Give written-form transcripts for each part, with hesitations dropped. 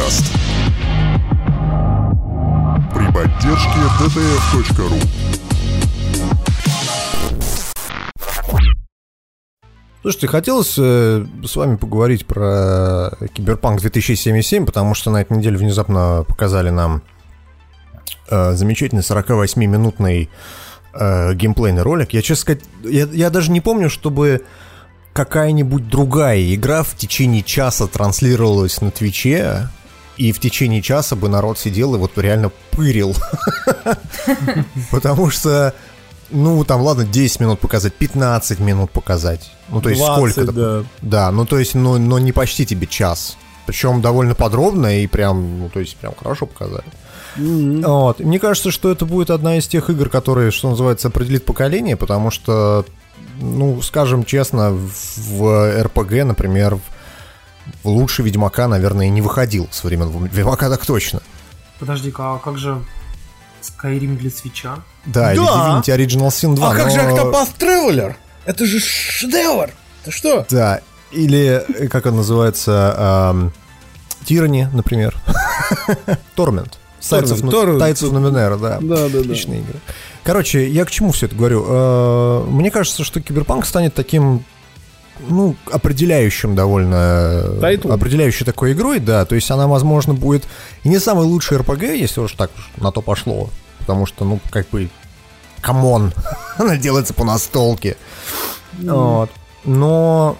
подкаст при поддержке ddf.ru. Слушайте, хотелось с вами поговорить про Киберпанк 2077, потому что на этой неделе внезапно показали нам замечательный 48-минутный геймплейный ролик. Я, честно сказать, я даже не помню, чтобы какая-нибудь другая игра в течение часа транслировалась на Твиче, и в течение часа бы народ сидел и вот реально пырил. Потому что, ну, там, ладно, 10 минут показать, 15 минут показать. Ну, то есть 20, сколько-то. Да, ну, то есть, но не почти тебе час. Причем довольно подробно и прям, ну, то есть, прям хорошо показали. Mm-hmm. Вот. Мне кажется, что это будет одна из тех игр, которые, что называется, определит поколение, потому что, ну, скажем честно, в РПГ, например, в лучший Ведьмака, наверное, и не выходил со времен Ведьмака, так точно. Подожди-ка, а как же Skyrim для свитча? Да, или Divinity Original Sin 2. А как же Octopath Traveler? Это же шедевр! Ты что? Да, или, как он называется, Tyranny, например. Torment. Tides of Numenera, да. Да. Отличные игры. Короче, я к чему все это говорю? Мне кажется, что Киберпанк станет таким, ну, определяющим довольно... Определяющей такой игрой, да. То есть она, возможно, будет и не самый лучший РПГ, если уж так на то пошло. Потому что, ну, как бы, камон, она делается по настолке. Вот. Но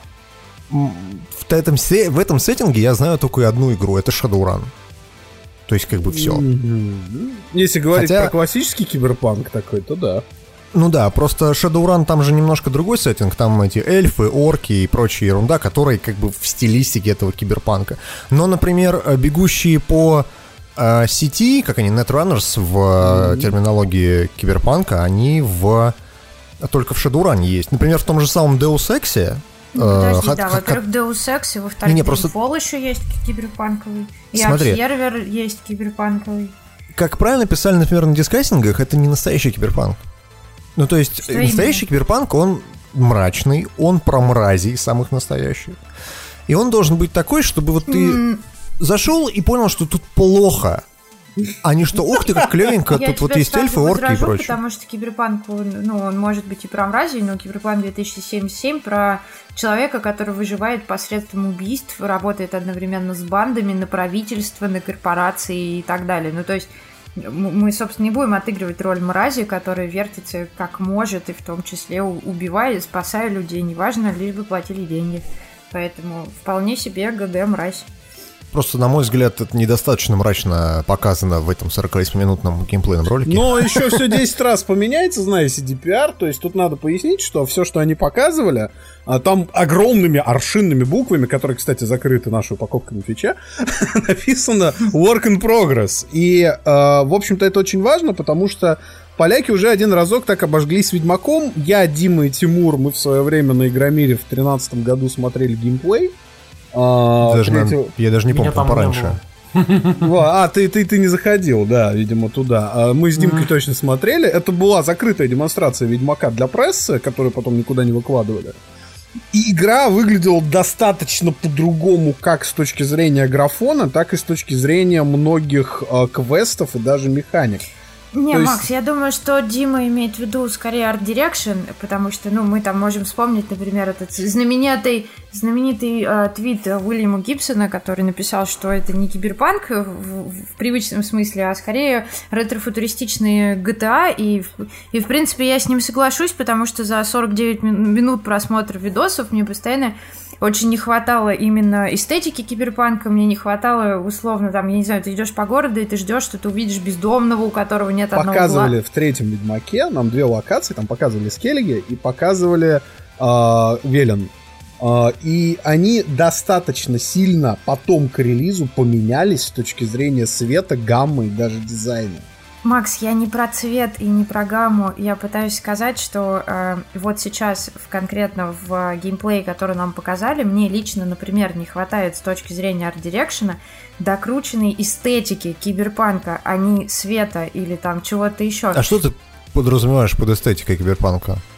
в этом сеттинге я знаю только одну игру, это Shadowrun. То есть, как бы, все. Если говорить про классический киберпанк такой, то да. Ну да, просто Shadowrun там же немножко другой сеттинг. Там эти эльфы, орки и прочая ерунда, которые как бы в стилистике этого киберпанка. Но, например, бегущие по сети, как они, Netrunners в терминологии киберпанка, они только в Shadowrun есть. Например, в том же самом Deus Ex'е. Подожди, да, во-первых, Deus Ex, и во-вторых, Fall еще есть киберпанковый. И Observer есть киберпанковый. Как правильно писали, например, на дискассингах, это не настоящий киберпанк. Ну, то есть, настоящий киберпанк, он мрачный, он про мразей самых настоящих. И он должен быть такой, чтобы вот ты зашел и понял, что тут плохо. А не что, ух ты, как клевенько, тут вот есть эльфы, орки и прочее. Потому что киберпанк, ну, он может быть и про мразей, но киберпанк 2077 про человека, который выживает посредством убийств, работает одновременно с бандами, на правительство, на корпорации и так далее. Ну, то есть мы, собственно, не будем отыгрывать роль мрази, которая вертится как может, и в том числе убивая, спасая людей, неважно, лишь бы платили деньги. Поэтому вполне себе ГГ мразь. Просто, на мой взгляд, это недостаточно мрачно показано в этом 48-минутном геймплейном ролике. Но еще все 10 раз поменяется, зная CDPR, то есть тут надо пояснить, что все, что они показывали, там огромными аршинными буквами, которые, кстати, закрыты нашей упаковкой на Твиче, написано Work in Progress. И, в общем-то, это очень важно, потому что поляки уже один разок так обожглись Ведьмаком. Я, Дима и Тимур, мы в свое время на Игромире в 2013 году смотрели геймплей. Я даже не помню, там пораньше. Ты не заходил, да, видимо, туда. Мы с Димкой точно смотрели. Это была закрытая демонстрация Ведьмака для прессы, которую потом никуда не выкладывали. И игра выглядела достаточно по-другому, как с точки зрения графона, так и с точки зрения многих квестов и даже механик. Не, Макс, я думаю, что Дима имеет в виду скорее Art Direction, потому что, ну, мы там можем вспомнить, например, этот знаменитый твит Уильяма Гибсона, который написал, что это не киберпанк в привычном смысле, а скорее ретро-футуристичные GTA, и в принципе я с ним соглашусь, потому что за 49 минут просмотра видосов мне постоянно очень не хватало именно эстетики киберпанка, мне не хватало, условно, там, я не знаю, ты идешь по городу, и ты ждешь, что ты увидишь бездомного, у которого нет одного угла. Показывали в третьем Ведьмаке, нам 2 локации, там показывали Скеллиги и показывали Велен. И они достаточно сильно потом к релизу поменялись с точки зрения света, гаммы и даже дизайна. Макс, я не про цвет и не про гамму. Я пытаюсь сказать, что вот сейчас конкретно в геймплее, который нам показали, мне лично, например, не хватает с точки зрения арт-дирекшена докрученной эстетики киберпанка, а не света или там чего-то еще. А что ты подразумеваешь под эстетикой киберпанка?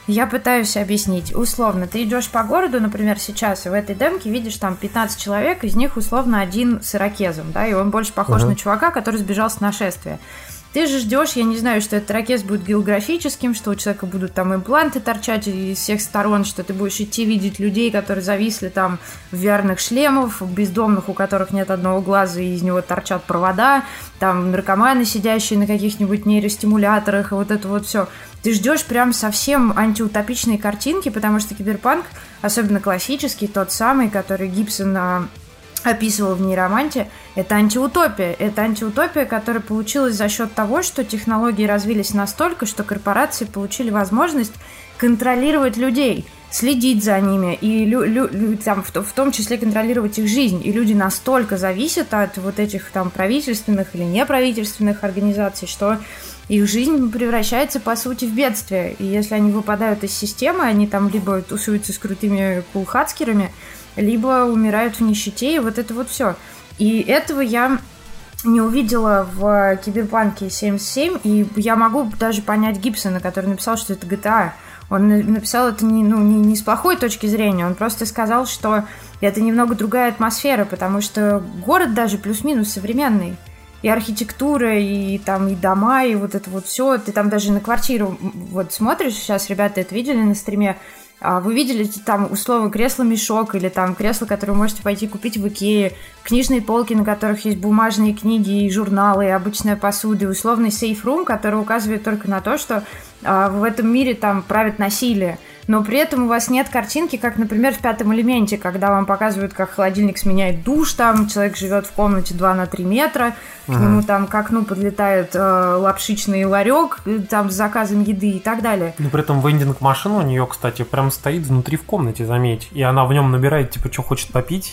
Я пытаюсь объяснить. Условно, ты идешь по городу, например, сейчас, и в этой демке видишь там 15 человек, из них условно один с ирокезом, да, и он больше похож на чувака, который сбежал с нашествия. Ты же ждешь, я не знаю, что этот ирокез будет географическим, что у человека будут там импланты торчать из всех сторон, что ты будешь идти видеть людей, которые зависли там в VR-ных шлемах, бездомных, у которых нет одного глаза, и из него торчат провода, там наркоманы, сидящие на каких-нибудь нейростимуляторах, и вот это вот все. Ты ждешь прям совсем антиутопичные картинки, потому что киберпанк, особенно классический, тот самый, который Гибсон описывал в «Нейроманте», это антиутопия. Это антиутопия, которая получилась за счет того, что технологии развились настолько, что корпорации получили возможность контролировать людей, следить за ними, и там, в том числе контролировать их жизнь. И люди настолько зависят от вот этих там правительственных или неправительственных организаций, что их жизнь превращается, по сути, в бедствие. И если они выпадают из системы, они там либо тусуются с крутыми кулхацкерами, либо умирают в нищете, и вот это вот все. И этого я не увидела в Киберпанке 77, и я могу даже понять Гибсона, который написал, что это GTA. Он написал это не с плохой точки зрения, он просто сказал, что это немного другая атмосфера, потому что город даже плюс-минус современный. И архитектура, и там и дома, и вот это вот все. Ты там даже на квартиру вот смотришь, сейчас ребята это видели на стриме, вы видели там, условно, кресло-мешок или там кресло, которое вы можете пойти купить в Икее, книжные полки, на которых есть бумажные книги и журналы, и обычная посуда, и условный сейф-рум, который указывает только на то, что в этом мире там правит насилие. Но при этом у вас нет картинки, как, например, в «Пятом элементе», когда вам показывают, как холодильник сменяет душ, там человек живет в комнате 2 на 3 метра, к нему там к окну подлетает лапшичный ларек там с заказом еды и так далее. Но при этом вендинг-машина у нее, кстати, прям стоит внутри в комнате, заметь, и она в нем набирает, типа, что хочет попить.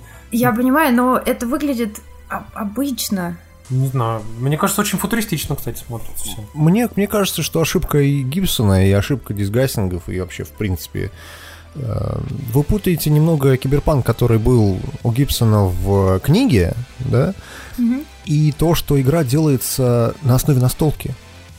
Я понимаю, но это выглядит обычно. Не знаю, мне кажется, очень футуристично, кстати, смотрится все. Мне кажется, что ошибка и Гибсона, и ошибка дисгастингов, и вообще, в принципе, вы путаете немного киберпанк, который был у Гибсона в книге, да, и то, что игра делается на основе настолки.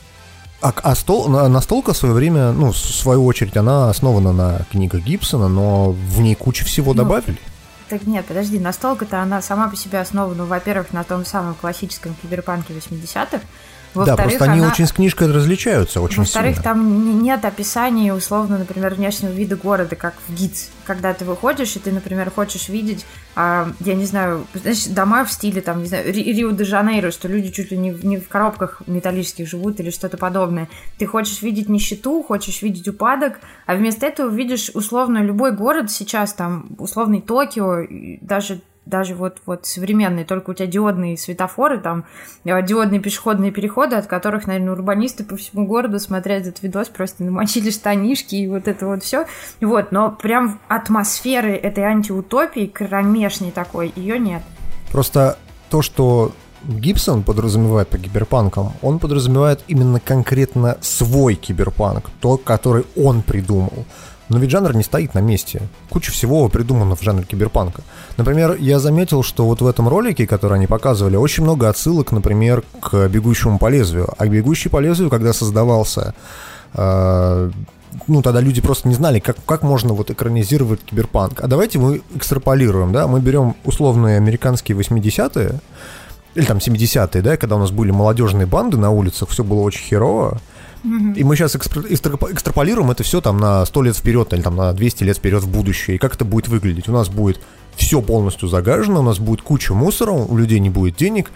Настолка в свое время, в свою очередь, она основана на книгах Гибсона, но в ней кучу всего добавили. Так нет, подожди, настолка-то она сама по себе основана, во-первых, на том самом классическом киберпанке 80-х. Да, просто они очень с книжкой различаются очень во-вторых, сильно. там нет описания, условно, например, внешнего вида города, как в ГИЦ. Когда ты выходишь, и ты, например, хочешь видеть, я не знаю, значит, дома в стиле, там, не знаю, Рио-де-Жанейро, что люди чуть ли не в коробках металлических живут или что-то подобное. Ты хочешь видеть нищету, хочешь видеть упадок, а вместо этого видишь, условно, любой город сейчас, там, условный Токио, даже вот современные, только у тебя диодные светофоры, там, диодные пешеходные переходы, от которых, наверное, урбанисты по всему городу, смотря этот видос, просто намочили штанишки и вот это вот все. Вот, но прям атмосферы этой антиутопии, кромешней такой, ее нет. Просто то, что Гибсон подразумевает по киберпанкам, он подразумевает именно конкретно свой киберпанк, тот, который он придумал. Но ведь жанр не стоит на месте. Куча всего придумано в жанре киберпанка. Например, я заметил, что вот в этом ролике, который они показывали, очень много отсылок, например, к «Бегущему по лезвию». А «Бегущий по лезвию», когда создавался, тогда люди просто не знали, как можно вот экранизировать киберпанк. А давайте мы экстраполируем, да, мы берем условные американские 80-е, или там 70-е, да, когда у нас были молодежные банды на улицах, все было очень херово. И мы сейчас экстраполируем это все там на 100 лет вперед или там на 200 лет вперед в будущее. И как это будет выглядеть? У нас будет все полностью загажено, у нас будет куча мусора, у людей не будет денег,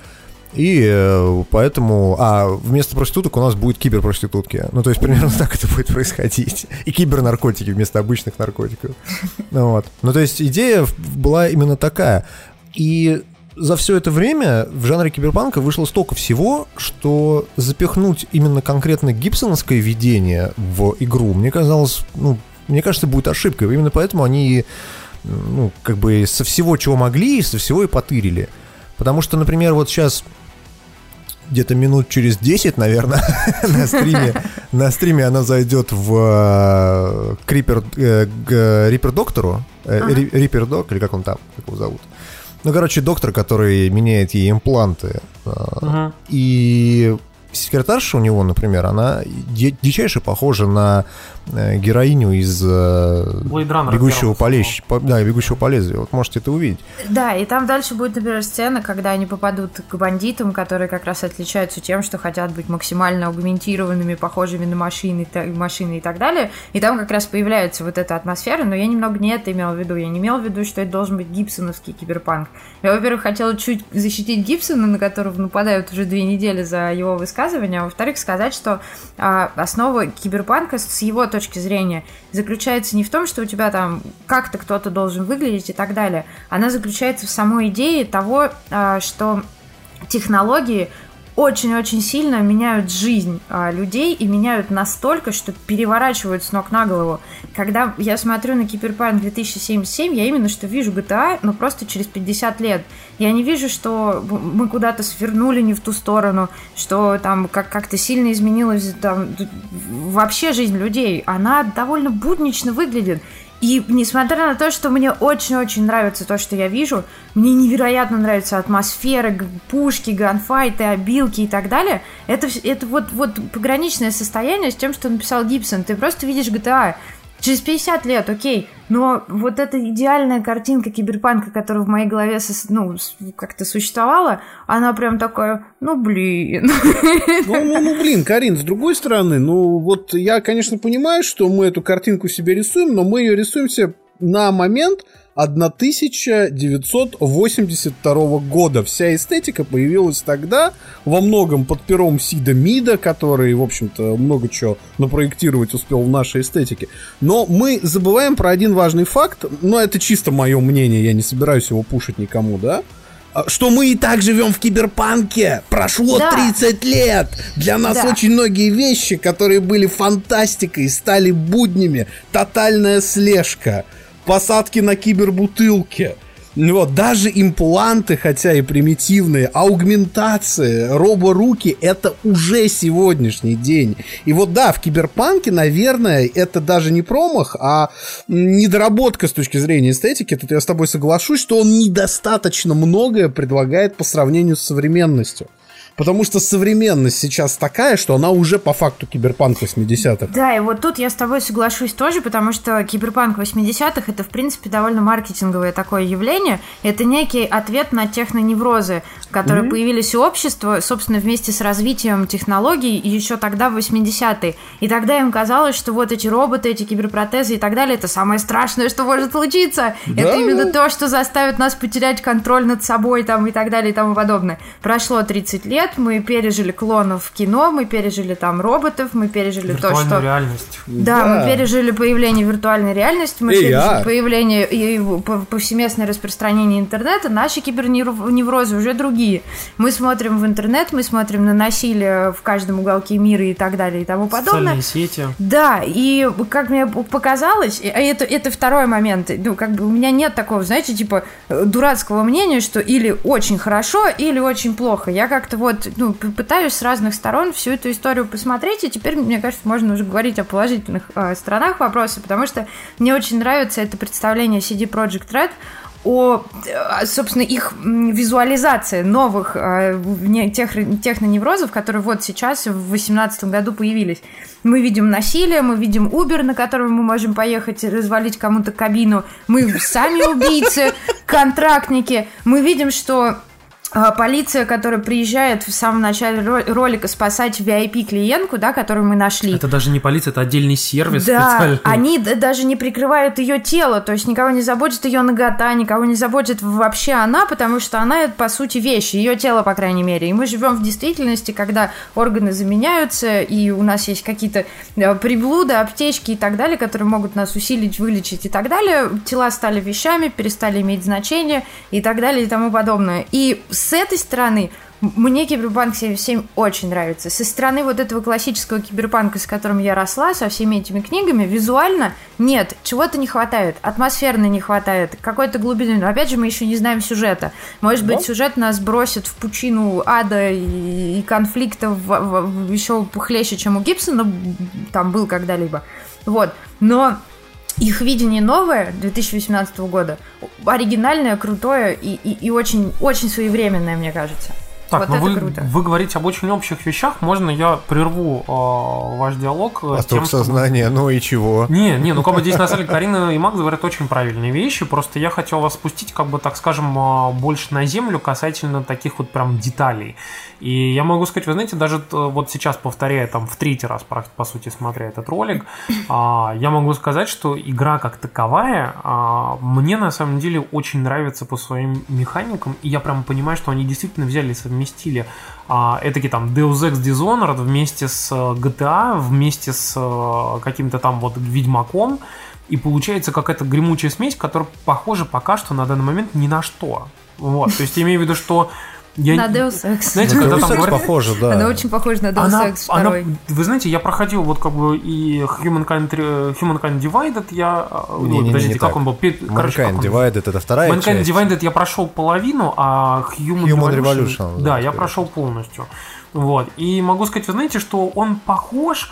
и поэтому... вместо проституток у нас будет киберпроститутки. То есть примерно так это будет происходить. И кибернаркотики вместо обычных наркотиков. То есть идея была именно такая. И за все это время в жанре киберпанка вышло столько всего, что запихнуть именно конкретно гибсоновское видение в игру, мне кажется, будет ошибкой. Именно поэтому они, со всего, чего могли, со всего и потырили. Потому что, например, вот сейчас где-то минут через 10, наверное, на стриме она зайдет в Риппер Доктору, Риппер Док, или как он там, как его зовут. Доктор, который меняет ей импланты. И секретарша у него, например, она дичайше похожа на героиню из «Бегущего по лезвию». Вот можете это увидеть. Да, и там дальше будет, например, сцена, когда они попадут к бандитам, которые как раз отличаются тем, что хотят быть максимально аугментированными, похожими на машины и так далее. И там как раз появляется вот эта атмосфера, но я немного не это имела в виду. Я не имела в виду, что это должен быть гибсоновский киберпанк. Я, во-первых, хотела чуть защитить Гибсона, на которого нападают уже 2 недели за его высказывания, а во-вторых, сказать, что основа киберпанка с его точки зрения заключается не в том, что у тебя там как-то кто-то должен выглядеть и так далее. Она заключается в самой идее того, что технологии очень-очень сильно меняют жизнь людей и меняют настолько, что переворачивают с ног на голову. Когда я смотрю на Киберпанк 2077, я именно что вижу GTA, но просто через 50 лет. Я не вижу, что мы куда-то свернули не в ту сторону, что там как-то сильно изменилась там, вообще жизнь людей. Она довольно буднично выглядит. И несмотря на то, что мне очень-очень нравится то, что я вижу, мне невероятно нравится атмосфера, пушки, ганфайты, обилки и так далее. Это вот пограничное состояние с тем, что написал Гибсон. Ты просто видишь GTA. Через 50 лет, окей, но вот эта идеальная картинка киберпанка, которая в моей голове как-то существовала, она прям такая, блин. Блин, Карин, с другой стороны, вот я, конечно, понимаю, что мы эту картинку себе рисуем, но мы ее рисуем себе на момент 1982 года. Вся эстетика появилась тогда, во многом под пером Сида Мида, который, в общем-то, много чего напроектировать успел в нашей эстетике. Но мы забываем про один важный факт, но это чисто мое мнение, я не собираюсь его пушить никому, да? Что мы и так живем в киберпанке. Прошло 30 лет. Для нас очень многие вещи, которые были фантастикой, стали буднями. Тотальная слежка, посадки на кибербутылке. Вот, даже импланты, хотя и примитивные, аугментации, роборуки — это уже сегодняшний день. И вот да, в киберпанке, наверное, это даже не промах, а недоработка с точки зрения эстетики. Тут я с тобой соглашусь, что он недостаточно многое предлагает по сравнению с современностью. Потому что современность сейчас такая, что она уже по факту киберпанк 80-х. Да, и вот тут я с тобой соглашусь тоже, потому что киберпанк 80-х — это, в принципе, довольно маркетинговое такое явление. Это некий ответ на техноневрозы, которые появились у общества, собственно, вместе с развитием технологий еще тогда, в 80-е. И тогда им казалось, что вот эти роботы, эти киберпротезы и так далее — это самое страшное, что может случиться. Да? Это именно то, что заставит нас потерять контроль над собой там, и так далее, и тому подобное. Прошло 30 лет, мы пережили клонов в кино, мы пережили там роботов, мы пережили виртуальную то, что... реальность. Да, мы пережили появление виртуальной реальности, мы пережили появление и повсеместное распространение интернета. Наши киберневрозы уже другие. Мы смотрим в интернет, мы смотрим на насилие в каждом уголке мира и так далее, и тому подобное. Социальные сети. Да, и как мне показалось, это второй момент, у меня нет такого, знаете, типа дурацкого мнения, что или очень хорошо, или очень плохо. Я как-то пытаюсь с разных сторон всю эту историю посмотреть, и теперь, мне кажется, можно уже говорить о положительных сторонах вопроса, потому что мне очень нравится это представление CD Projekt Red о, собственно, их визуализации новых техноневрозов, которые вот сейчас, в 2018 году появились. Мы видим насилие, мы видим Uber, на котором мы можем поехать и развалить кому-то кабину, мы сами убийцы, контрактники, мы видим, что полиция, которая приезжает в самом начале ролика спасать VIP-клиентку, да, которую мы нашли. Это даже не полиция, это отдельный сервис специальный. Да, они даже не прикрывают ее тело, то есть никого не заботит ее нагота, никого не заботит вообще она, потому что она, по сути, вещь, ее тело, по крайней мере. И мы живем в действительности, когда органы заменяются, и у нас есть какие-то приблуды, аптечки и так далее, которые могут нас усилить, вылечить и так далее. Тела стали вещами, перестали иметь значение и так далее и тому подобное. И с этой стороны мне Киберпанк 77 очень нравится. Со стороны вот этого классического киберпанка, с которым я росла, со всеми этими книгами, визуально нет, чего-то не хватает, атмосферно не хватает, какой-то глубины. Но опять же, мы еще не знаем сюжета. Может быть, сюжет нас бросит в пучину ада и конфликта еще похлеще, чем у Гибсона там был когда-либо. Вот. Но их видение новое 2018 года, оригинальное, крутое и очень, очень своевременное, мне кажется. Так, вот вы говорите об очень общих вещах. Можно я прерву ваш диалог? Восток сознания, ну и чего? Ну как бы здесь на самом деле Карина и Макс говорят очень правильные вещи. Просто я хотел вас спустить, как бы, так скажем, больше на землю касательно таких вот прям деталей. И я могу сказать, вы знаете, даже вот сейчас, повторяя там в третий раз, по сути, смотря этот ролик, я могу сказать, что игра как таковая мне на самом деле очень нравится по своим механикам. И я прям понимаю, что они действительно взяли и совместили этакий там Deus Ex Dishonored вместе с GTA, вместе с каким-то там вот Ведьмаком. И получается какая-то гремучая смесь, которая похожа пока что на данный момент ни на что. Вот, то есть я имею в виду, что... На Deus Ex. Знаете, когда там говорят... похоже, да. Она очень похожа на Deus Ex 2. Вы знаете, я проходил вот как бы и Humankind Divided, подождите, как он был? Mankind Divided, это вторая часть. Mankind Divided я прошел половину, а Human Revolution, да, я прошел полностью. Вот, и могу сказать, вы знаете, что он похож...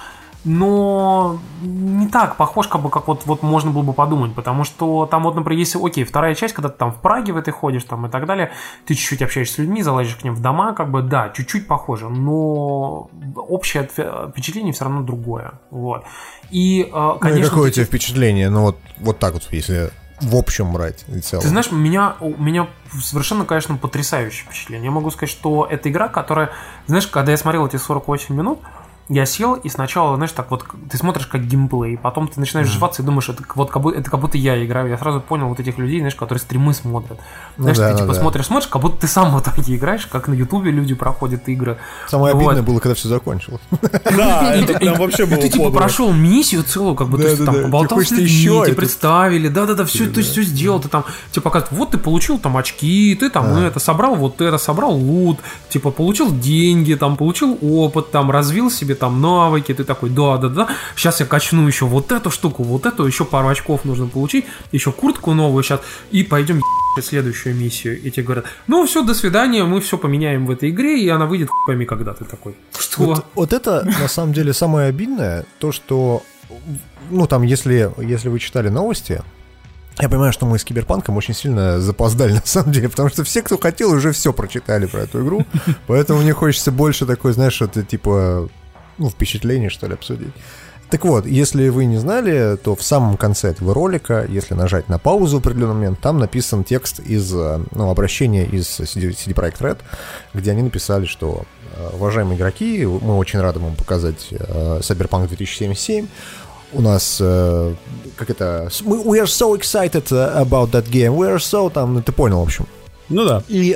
Но не так похож, как вот можно было бы подумать, потому что там вот, например, если, окей, вторая часть, когда ты там в Праге в этой ходишь там и так далее, ты чуть-чуть общаешься с людьми, залазишь к ним в дома, как бы, да, чуть-чуть похоже, но общее впечатление все равно другое, вот. И, конечно... Ну и какое у тебя впечатление, ну вот так вот, если... В общем брать и целом. Ты знаешь, у меня совершенно, конечно, потрясающее впечатление. Я могу сказать, что это игра, которая... Знаешь, когда я смотрел эти 48 минут, я сел, и сначала, знаешь, так вот, ты смотришь как геймплей, потом ты начинаешь вживаться и думаешь, это как будто я играю. Я сразу понял вот этих людей, знаешь, которые стримы смотрят. Знаешь, ты типа смотришь, как будто ты сам вот так играешь, как на Ютубе люди проходят игры. Самое обидное было, когда все закончилось. Да, это прям вообще было. Ты типа прошел миссию целую, как бы ты там поболтал с людьми, тебе представили, да-да-да, все сделал, ты там, тебе показывают, вот ты получил там очки, ты там это собрал, собрал лут, типа получил деньги, там получил опыт, там развил себе там навыки, ты такой, да, сейчас я качну еще вот эту штуку, вот эту, еще пару очков нужно получить, еще куртку новую сейчас, и пойдем следующую миссию. И тебе говорят, ну все, до свидания, мы все поменяем в этой игре, и она выйдет пойми когда. Ты такой, что? Вот это, на самом деле, самое обидное, то, что, ну там, если вы читали новости, я понимаю, что мы с Киберпанком очень сильно запоздали, на самом деле, потому что все, кто хотел, уже все прочитали про эту игру, поэтому мне хочется больше такой, знаешь, что-то типа... впечатление, что ли, обсудить. Так вот, если вы не знали, то в самом конце этого ролика, если нажать на паузу в определенный момент, там написан текст из, обращения из CD Projekt Red, где они написали, что, уважаемые игроки, мы очень рады вам показать Cyberpunk 2077. У нас, we are so excited about that game, we are so, там, ты понял, в общем. Ну да. И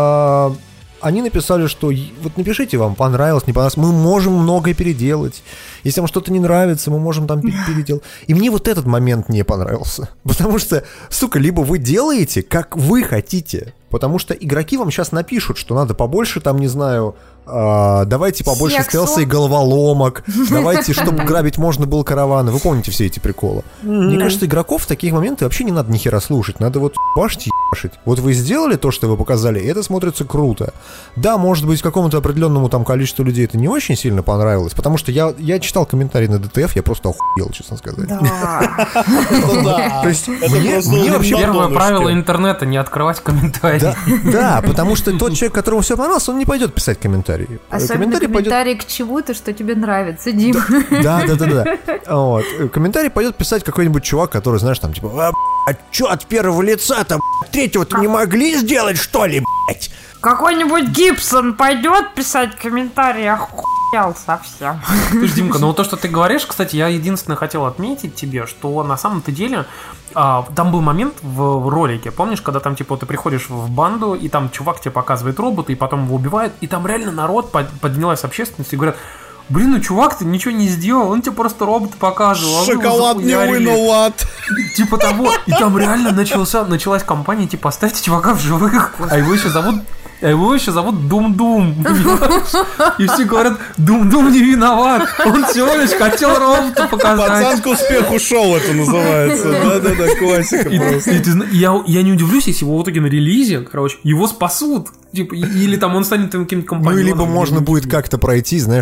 они написали, что вот напишите, вам понравилось, не понравилось, мы можем многое переделать. Если вам что-то не нравится, мы можем там переделать. И мне вот этот момент не понравился. Потому что, сука, либо вы делаете, как вы хотите, потому что игроки вам сейчас напишут, что надо побольше, там, не знаю, давайте побольше стелса и головоломок, давайте, чтобы грабить можно было караваны. Вы помните все эти приколы? Мне кажется, игроков в такие моменты вообще не надо ни хера слушать. Надо вот ебашить. Вот вы сделали то, что вы показали, и это смотрится круто. Да, может быть, какому-то определенному там количеству людей это не очень сильно понравилось, потому что я читал комментарии на DTF, я просто охуел, честно сказать. Да. То есть мне вообще... Первое правило интернета — не открывать комментарии. Да, потому что тот человек, которому все понравилось, он не пойдет писать комментарии. Особенно комментарий к чему-то, что тебе нравится, Дим. Да. Вот. Комментарий пойдет писать какой-нибудь чувак, который, знаешь, там, типа, а чё от первого лица-то, третьего-то не могли сделать, что ли, блядь? Какой-нибудь Гибсон пойдет писать комментарий, охуел совсем. Слушай, Димка, ну вот то, что ты говоришь, кстати, я единственное хотел отметить тебе, что на самом-то деле там был момент в ролике, помнишь, когда там типа ты приходишь в банду, и там чувак тебе показывает робота, и потом его убивает, и там реально народ поднялась общественность и говорят: блин, ну чувак, ты ничего не сделал, он тебе просто робот показывал. Шоколад не виноват. Типа того. И там реально началась кампания, типа, оставьте чувака в живых, а его еще зовут Дум-Дум. И все говорят: Дум-Дум не виноват, он всего лишь хотел робота показать. Пацан к успеху шел, это называется. Да-да-да, классика просто. Я не удивлюсь, если его в итоге на релизе, короче, его спасут. Типа, или там он станет каким-то компаньоном. Ну, либо можно будет как-то пройти, знаешь, так, чтобы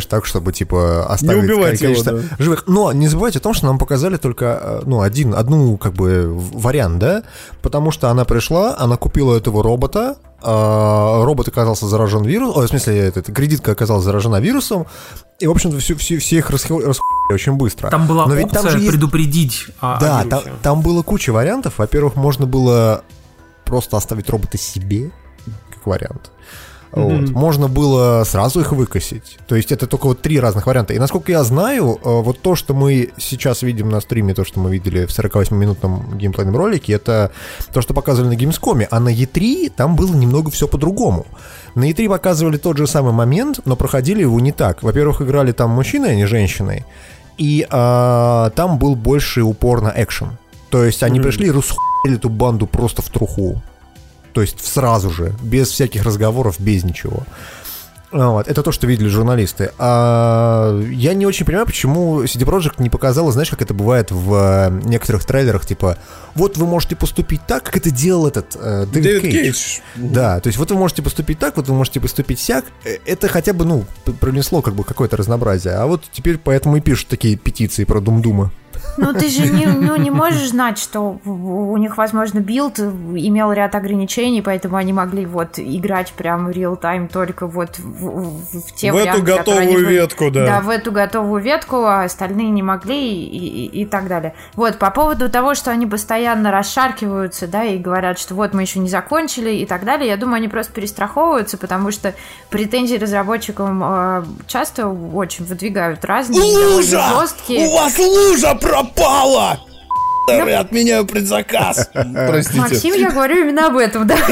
чтобы, типа, оставить количество живых. Но не забывайте о том, что нам показали только, одну, как бы, вариант, да? Потому что она пришла, она купила этого робота, робот оказался заражен вирусом, в смысле, кредитка оказалась заражена вирусом, и, в общем-то, все их расхуяли очень быстро. Там была опция предупредить о вирусе. Да, там было куча вариантов. Во-первых, можно было просто оставить робота себе, как вариант. Вот. Можно было сразу их выкосить. То есть это только вот 3 разных варианта. И насколько я знаю, вот то, что мы сейчас видим на стриме, то, что мы видели в 48-минутном геймплейном ролике, это то, что показывали на Gamescom. А на E3 там было немного все по-другому. На E3 показывали тот же самый момент, но проходили его не так. Во-первых, играли там мужчины, а не женщины. И там был больше упор на экшен. То есть они пришли и расхуяли эту банду просто в труху. То есть сразу же, без всяких разговоров, без ничего. Вот. Это то, что видели журналисты. Я не очень понимаю, почему CD Projekt не показала, знаешь, как это бывает в некоторых трейлерах, типа, вот вы можете поступить так, как это делал этот Дэвид Кейдж. Да, то есть вот вы можете поступить так, вот вы можете поступить сяк. Это хотя бы, принесло как бы какое-то разнообразие. А вот теперь поэтому и пишут такие петиции про Думдума. Ну, ты же не можешь знать, что у них, возможно, билд имел ряд ограничений, поэтому они могли вот играть прям в реал-тайм только вот в те варианты, в эту готовую ветку, да. Да, в эту готовую ветку, а остальные не могли и так далее. Вот, по поводу того, что они постоянно расшаркиваются, да, и говорят, что вот мы еще не закончили и так далее, я думаю, они просто перестраховываются, потому что претензии разработчикам часто очень выдвигают разные, лужа! Жесткие. У вас лужа пропала! Я отменяю предзаказ. Простите. Максим, я говорю именно об этом, да.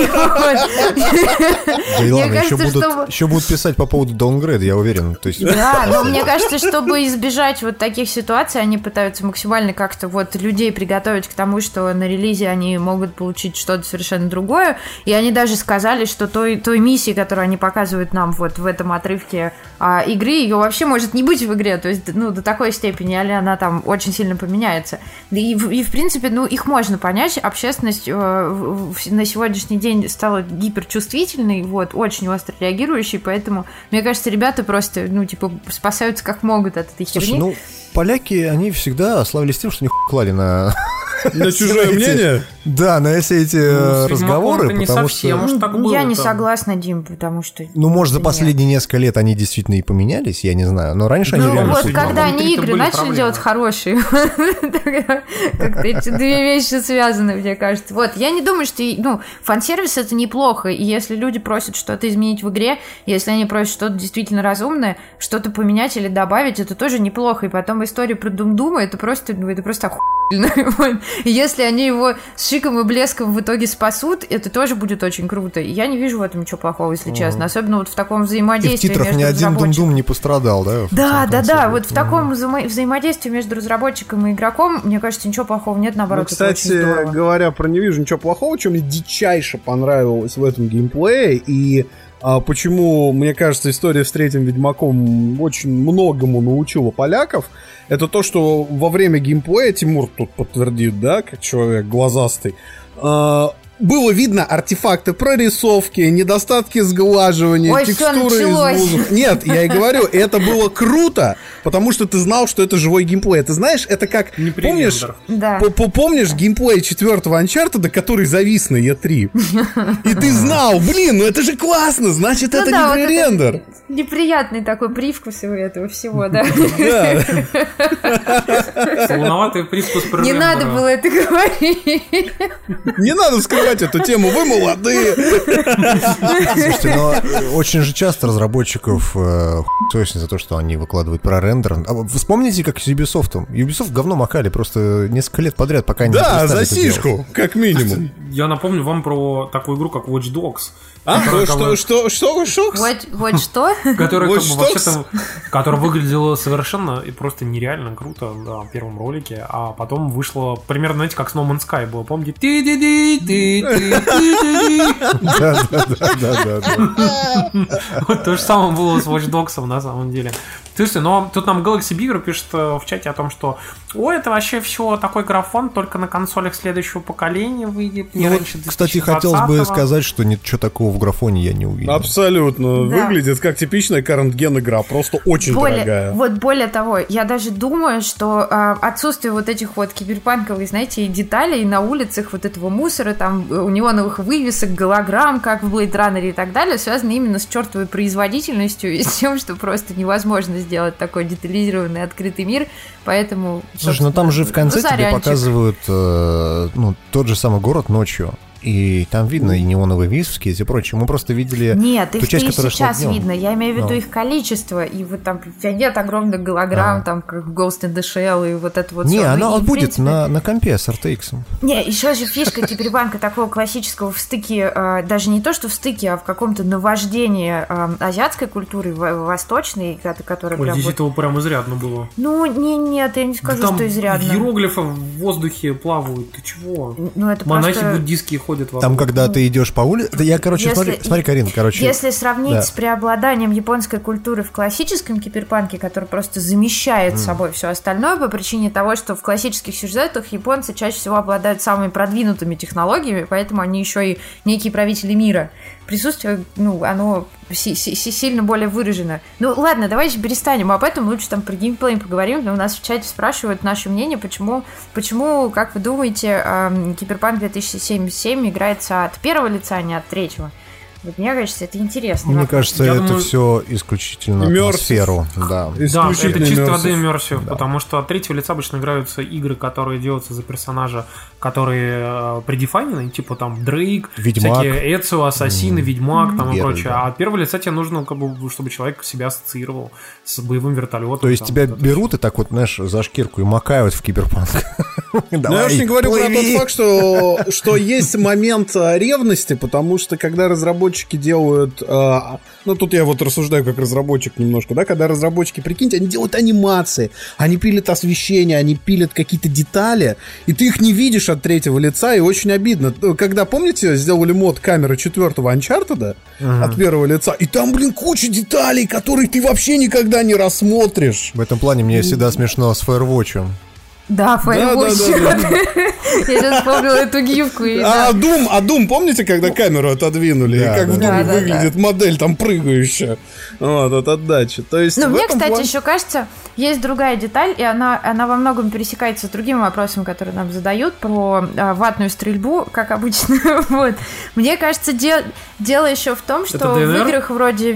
Да и ладно, еще будут писать по поводу даунгрейда, я уверен. Да, но мне кажется, чтобы избежать вот таких ситуаций, они пытаются максимально как-то вот людей приготовить к тому, что на релизе они могут получить что-то совершенно другое. И они даже сказали, что той миссии, которую они показывают нам вот в этом отрывке игры, ее вообще может не быть в игре. То есть, до такой степени, или она там очень сильно поменяется. И в принципе, их можно понять. Общественность на сегодняшний день стала гиперчувствительной, вот, очень остро реагирующей, поэтому, мне кажется, ребята просто, спасаются как могут от этой херни. Слушай, поляки, они всегда славились тем, что не клали на чужое мнение? Да, на все эти разговоры, потому что... Я не согласна, Дим, потому что... Может, за последние несколько лет они действительно и поменялись, я не знаю, но раньше они реально... Вот когда они игры начали делать хорошие, как-то эти 2 вещи связаны, мне кажется. Вот, я не думаю, что... Фан-сервис — это неплохо, и если люди просят что-то изменить в игре, если они просят что-то действительно разумное, что-то поменять или добавить, это тоже неплохо. И потом история про Думдума — это просто охуенно. Если они его с шиком и блеском в итоге спасут, это тоже будет очень круто. Я не вижу в этом ничего плохого, если честно. Особенно вот в таком взаимодействии между разработчиком. И в титрах ни один Думдум не пострадал, да? Да. Вот в таком взаимодействии между разработчиком и игроком, мне кажется, ничего плохого нет, наоборот, кстати, говоря про «не вижу ничего плохого», что мне дичайше понравилось в этом геймплее, и почему, мне кажется, история с 3-м Ведьмаком очень многому научила поляков, это то, что во время геймплея, Тимур тут подтвердит, да, как человек глазастый, было видно артефакты прорисовки, недостатки сглаживания, текстуры из воздуха. Нет, я и говорю, это было круто, потому что ты знал, что это живой геймплей. Ты знаешь, это как... Помнишь, помнишь геймплей 4-го Uncharted, который завис на E3? И ты знал, это же классно, значит, это не пререндер. Неприятный такой привкус у этого всего, да. Солоноватый привкус пререндера. Не надо было это говорить. Не надо скрывать эту тему, вы молодые. Слушайте, но очень же часто разработчиков за то, что они выкладывают про рендер. А вы вспомните, как с Ubisoft. Ubisoft говно макали просто несколько лет подряд, пока они не перестали за сишку, как минимум. Я напомню вам про такую игру, как Watch Dogs. Что? Которая выглядела совершенно и просто нереально круто в первом ролике, а потом вышло примерно, знаете, как с No Man's Sky было, помните? Да. Вот то же самое было с Watch Dogs на самом деле. Слушайте, но тут нам Galaxy Beaver пишет в чате о том, что это вообще все такой графон, только на консолях следующего поколения выйдет. Не раньше 2020-го. Кстати, хотелось бы сказать, что ничего такого в графоне я не увидел. Абсолютно. Да. Выглядит как типичная current-gen игра, просто очень дорогая. Вот более того, я даже думаю, что отсутствие вот этих вот киберпанковых, знаете, деталей на улицах, вот этого мусора, там у неоновых вывесок, голограмм, как в Blade Runner и так далее, связано именно с чертовой производительностью и с тем, что просто невозможно сделать такой детализированный открытый мир, поэтому... Слушай, ну там же в конце тебе показывают тот же самый город ночью. И там видно и неоновые вывески и прочее. Мы просто видели ту часть, которая шла днем. Видно. Я имею в виду их количество. И вот там нет огромных голограмм, там как Ghost in the Shell и вот это вот. Не, она будет на компе с RTX. Не, еще же фишка киберпанка такого классического в стыке, даже не то, что в стыке, а в каком-то наваждении азиатской культуры, восточной, которая прям... Здесь этого прям изрядно было. Ну, нет, я не скажу, что изрядно. Иероглифы в воздухе плавают. Ты чего? Ну, это монахи буддийские ходят вокруг. Там, когда ты идешь по улице... Смотри, Карин, Если сравнить с преобладанием японской культуры в классическом киберпанке, который просто замещает собой все остальное по причине того, что в классических сюжетах японцы чаще всего обладают самыми продвинутыми технологиями, поэтому они еще и некие правители мира. Присутствие, оно сильно более выражено. Ну, ладно, давайте перестанем об этом, лучше там про геймплей поговорим. У нас в чате спрашивают наше мнение, почему, как вы думаете, Киберпанк 2077 играется от первого лица, а не от третьего? Вот мне кажется, это интересно. Мне кажется, это все исключительно атмосферу. Да, это чистой воды иммерсив, потому что от третьего лица обычно играются игры, которые делаются за персонажа, которые предефайнены, типа там Дрейк, всякие Эцио, Ассасины, Ведьмак там и прочее. А от первого лица тебе нужно, чтобы человек себя ассоциировал с боевым вертолетом. То есть тебя берут и так вот, знаешь, за шкирку и макают в Киберпанк. Я уж не говорю про тот факт, что есть момент ревности, потому что когда разработчики делают... тут я вот рассуждаю как разработчик немножко, да, когда разработчики, прикиньте, они делают анимации, они пилят освещение, они пилят какие-то детали, и ты их не видишь от третьего лица, и очень обидно. Когда, помните, сделали мод камеры 4-го Uncharted от первого лица, и там, куча деталей, которые ты вообще никогда не рассмотришь. В этом плане мне всегда смешно с Firewatch'ем. Да, Firewatch. Да. Я сейчас вспомнила эту гифку. А Doom, помните, когда камеру отодвинули? И как в Doom выглядит модель там прыгающая от отдачи. То есть, мне, кстати, еще кажется, есть другая деталь, и она во многом пересекается с другим вопросом, который нам задают, про ватную стрельбу, как обычно. Вот. Мне кажется, дело еще в том, что в играх вроде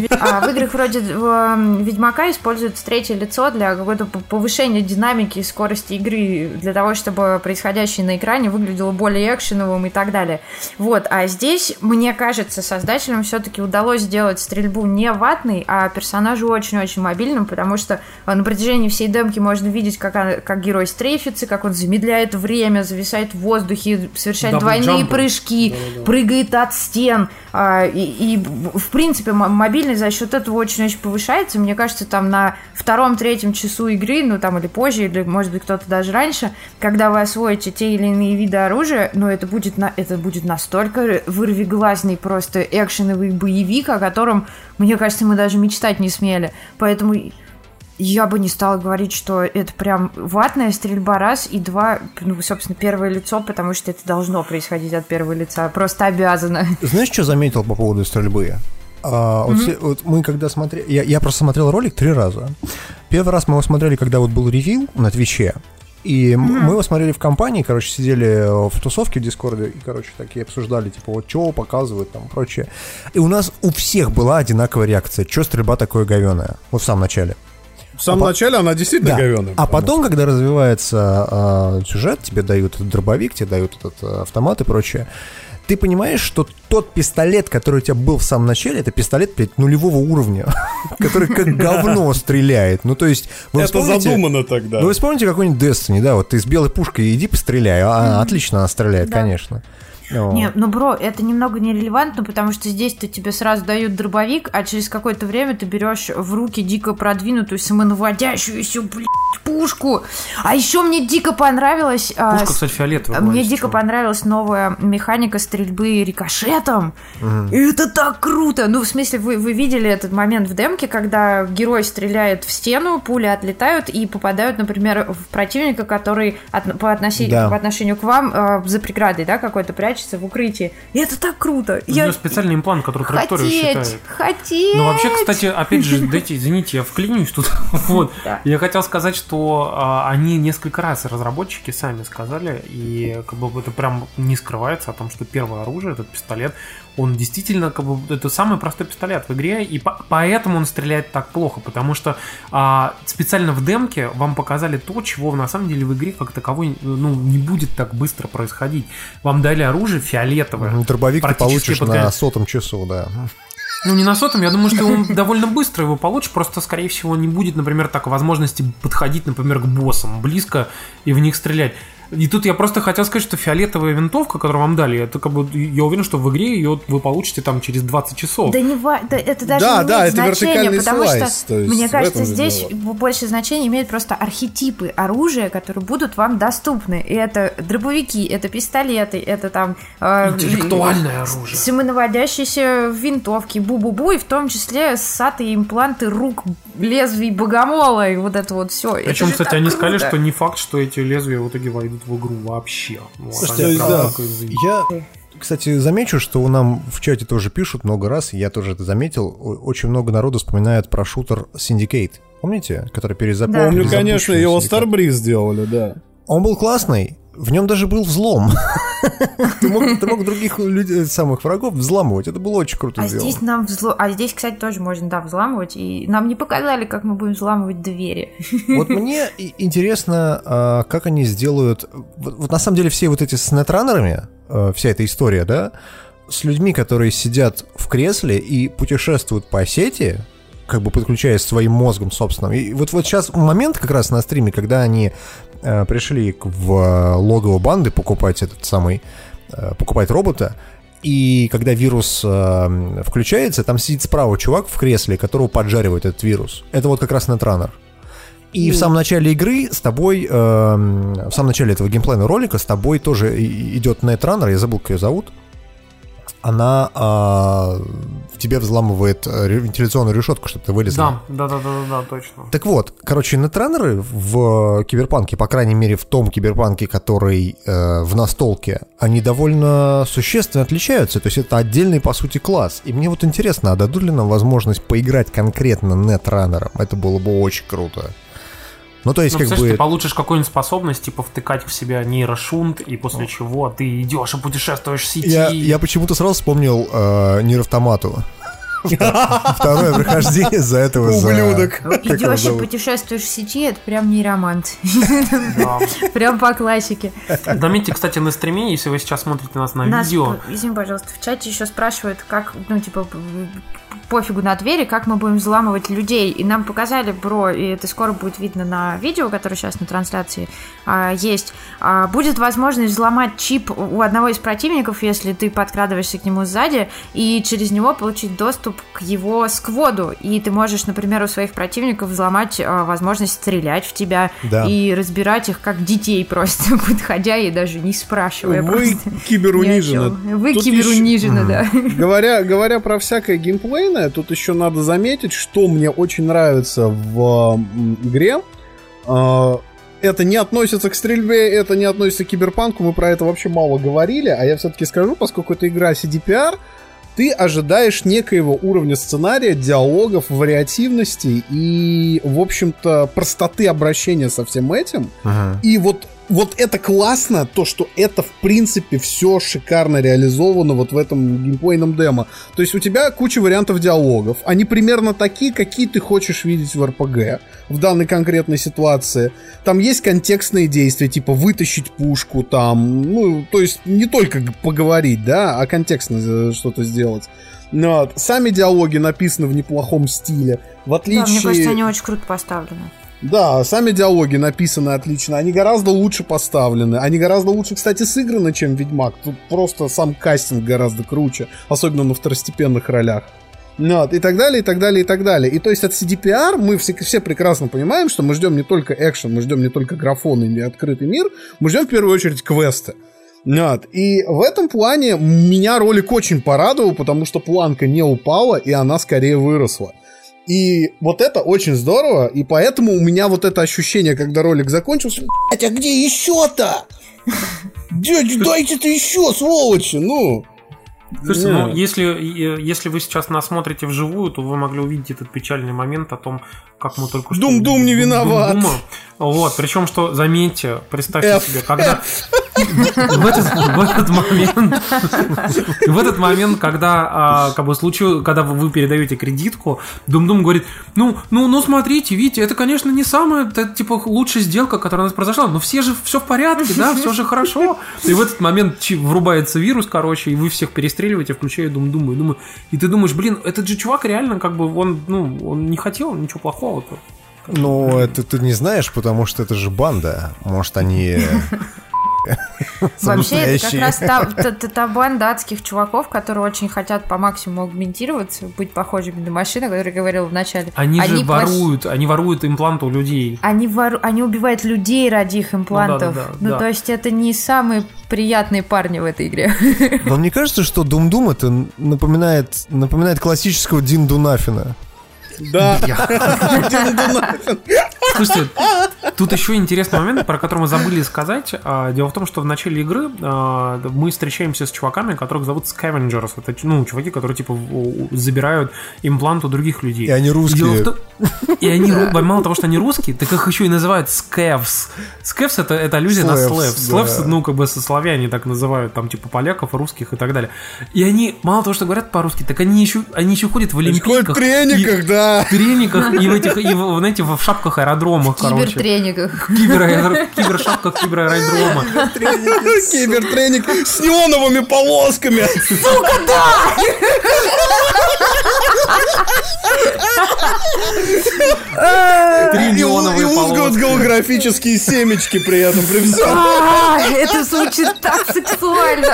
Ведьмака используется третье лицо для какого-то повышения динамики и скорости игры, для того, чтобы происходящее на экране выглядело более экшеновым и так далее. Вот. А здесь, мне кажется, создателям все-таки удалось сделать стрельбу не ватной, а персонажу очень-очень мобильным, потому что на протяжении всей демки можно видеть, как герой стрейфится, как он замедляет время, зависает в воздухе, совершает двойные прыжки, прыгает от стен. И в принципе, мобильность за счет этого очень-очень повышается. Мне кажется, там на 2-3 часу игры, или позже, или, может быть, кто-то даже раньше, когда вы освоите те или иные виды оружия, это будет настолько вырвиглазный просто экшеновый боевик, о котором, мне кажется, мы даже мечтать не смели. Поэтому я бы не стала говорить, что это прям ватная стрельба, раз, и два, собственно, первое лицо, потому что это должно происходить от первого лица, просто обязано. Знаешь, что заметил по поводу стрельбы? Вот мы когда смотрели... Я просто смотрел ролик 3 раза. Первый раз мы его смотрели, когда вот был ревил на Твиче. И мы его смотрели в компании, сидели в тусовке в Дискорде и, такие обсуждали, что показывают, там, прочее. И у нас у всех была одинаковая реакция. Что стрельба такое говёная? Вот в самом начале. В самом начале она действительно говёная. А потом, когда развивается сюжет, тебе дают этот дробовик, тебе дают этот автомат и прочее, ты понимаешь, что тот пистолет, который у тебя был в самом начале, это пистолет, нулевого уровня, который как говно стреляет. То есть... Это задумано тогда. Вы вспомните какой-нибудь Destiny, да, вот ты с белой пушкой иди постреляй, отлично она стреляет, конечно. Не, ну, бро, это немного нерелевантно, потому что здесь-то тебе сразу дают дробовик, а через какое-то время ты берешь в руки дико продвинутую, самонаводящуюся, блядь, пушку. А еще мне дико понравилось... Пушка, кстати, фиолетовая. Мне дико понравилась новая механика стрельбы рикошетом. И это так круто! Ну, в смысле, вы видели этот момент в демке, когда герой стреляет в стену, пули отлетают и попадают, например, в противника, который по отношению к вам за преградой, да, какой-то прячется в укрытии. И это так круто! У нее специальный имплант, который траекторию считает. Хотеть! Ну, вообще, кстати, опять же, дайте, извините, я вклинюсь тут. Вот. Я хотел сказать, что они несколько раз, разработчики сами сказали, и как бы это прям не скрывается о том, что первое оружие, этот пистолет, он действительно как бы это самый простой пистолет в игре, и поэтому он стреляет так плохо, потому что специально в демке вам показали то, чего на самом деле в игре как таковой не будет так быстро происходить. Вам дали оружие фиолетовое. Дробовик ты получишь на 100-м часу, да. Ну, не на 100-м, я думаю, что он довольно быстро его получишь, просто, скорее всего, не будет, например, так возможности подходить, например, к боссам близко и в них стрелять. И тут я просто хотел сказать, что фиолетовая винтовка, которую вам дали, это как бы, я уверен, что в игре ее вы получите там через 20 часов. Да это даже не имеет значения, потому слайс, что, мне кажется, здесь больше значения имеют просто архетипы оружия, которые будут вам доступны. И это дробовики, это пистолеты, это там... интеллектуальное оружие. Самонаводящиеся винтовки, бу-бу-бу, и в том числе ссатые импланты рук, лезвий богомола, и вот это вот все. Причем, кстати, они сказали, что не факт, что эти лезвия в итоге войдут в игру вообще. Я, кстати, замечу, что нам в чате тоже пишут много раз, я тоже это заметил, очень много народу вспоминает про шутер Syndicate. Помните? Который перезапустили. Помню, конечно, его Starbreeze сделали, да. Он был классный. В нем даже был взлом. Ты мог других самых врагов взламывать. Это было очень круто сделано. Здесь, кстати, тоже можно, взламывать. И нам не показали, как мы будем взламывать двери. Вот мне интересно, как они сделают... Вот на самом деле все вот эти с нетранерами, вся эта история, да, с людьми, которые сидят в кресле и путешествуют по сети, как бы подключаясь своим мозгом собственным. И вот сейчас момент как раз на стриме, когда они пришли в логово банды покупать робота, и когда вирус включается, там сидит справа чувак в кресле, которого поджаривает этот вирус. Это вот как раз нетранер. И в самом начале игры с тобой, в самом начале этого геймплейного ролика с тобой тоже идет нетранер, я забыл, как ее зовут. Она в тебе взламывает вентиляционную решетку, чтобы ты вылезла. Да, точно. Так вот, короче, нетранеры в Киберпанке, по крайней мере в том Киберпанке, который в настолке, они довольно существенно отличаются. То есть это отдельный, по сути, класс. И мне вот интересно, а дадут ли нам возможность поиграть конкретно нетранером? Это было бы очень круто. Ну, то есть, как бы... ты получишь какую-нибудь способность, типа, втыкать в себя нейрошунт, и после чего ты идешь и путешествуешь в сети. Я почему-то сразу вспомнил Нир Автомату. Второе прохождение за этого. Ублюдок. Идешь и путешествуешь в сети, это прям нейромант. Прям по классике. Заметьте, кстати, на стриме, если вы сейчас смотрите нас на видео... Извини, пожалуйста, в чате еще спрашивают, как, пофигу на двери, как мы будем взламывать людей. И нам показали, бро, и это скоро будет видно на видео, которое сейчас на трансляции есть. Будет возможность взломать чип у одного из противников, если ты подкрадываешься к нему сзади, и через него получить доступ к его скводу. И ты можешь, например, у своих противников взломать возможность стрелять в тебя и разбирать их как детей просто, подходя и даже не спрашивая. Вы киберунижены. Вы киберунижены, да. Говоря про всякое геймплейное, тут еще надо заметить, что мне очень нравится в игре. Это не относится к стрельбе, это не относится к киберпанку, мы про это вообще мало говорили, а я все-таки скажу, поскольку это игра CDPR, ты ожидаешь некоего уровня сценария, диалогов, вариативности и, в общем-то, простоты обращения со всем этим. И вот это классно, то, что это, в принципе, все шикарно реализовано вот в этом геймплейном демо. То есть у тебя куча вариантов диалогов. Они примерно такие, какие ты хочешь видеть в РПГ в данной конкретной ситуации. Там есть контекстные действия, типа вытащить пушку, там, то есть не только поговорить, да, а контекстно что-то сделать. Сами диалоги написаны в неплохом стиле. В отличие... Да, мне кажется, они очень круто поставлены. Да, сами диалоги написаны отлично, они гораздо лучше поставлены, они гораздо лучше, кстати, сыграны, чем Ведьмак. Тут просто сам кастинг гораздо круче, особенно на второстепенных ролях. Вот, и так далее, и так далее, и так далее. И то есть от CDPR мы все прекрасно понимаем, что мы ждем не только экшен, мы ждем не только графон и открытый мир, мы ждем в первую очередь квесты. Вот. И в этом плане меня ролик очень порадовал, потому что планка не упала, и она скорее выросла. И вот это очень здорово, и поэтому у меня вот это ощущение, когда ролик закончился, блять, а где еще-то? Дайте-то еще, сволочи, ну... Слушайте, ну, если вы сейчас нас смотрите вживую, то вы могли увидеть этот печальный момент о том, как мы только что... Дум-дум не виноват. Вот, причем, что, заметьте, представьте себе, когда... В этот момент, когда когда вы передаете кредитку, Дум-дум говорит, ну, смотрите, видите, это, конечно, не самая, типа, лучшая сделка, которая у нас произошла, но все в порядке, да, все же хорошо. И в этот момент врубается вирус, короче, и вы всех перестреливаете, включая Дум-дума, и ты думаешь, блин, этот же чувак реально, как бы, он не хотел ничего плохого-то. Ну, это ты не знаешь, потому что это же банда. Может, они... Вообще, это как раз та банда адских чуваков, которые очень хотят по максимуму аугментироваться, быть похожими на машину, о которой я говорила в начале. Они воруют импланты у людей. Они убивают людей ради их имплантов. Да. То есть это не самые приятные парни в этой игре. Вам не кажется, что Дум-дум это напоминает классического Дин Дунафина? Да. Слушайте, тут еще интересный момент, про который мы забыли сказать. Дело в том, что в начале игры мы встречаемся с чуваками, которых зовут Scavengers. Это, чуваки, которые, типа, забирают имплант у других людей. И они русские. И они, мало того, что они русские, так их еще и называют Scavs. Scavs — это аллюзия на Slevs. Slevs, как бы славяне так называют, там, типа, поляков, русских и так далее. И они, мало того, что говорят по-русски, так они еще ходят в олимпийках. В трениках, да. В трениках и знаете, в шапках аэродромах, короче. Кибертренингах. Кибершапках кибераэродрома. Кибертренинг с неоновыми полосками. Сука, да! Три неоновые полоски. И узкие голографические семечки при этом, при всем. Это звучит так сексуально.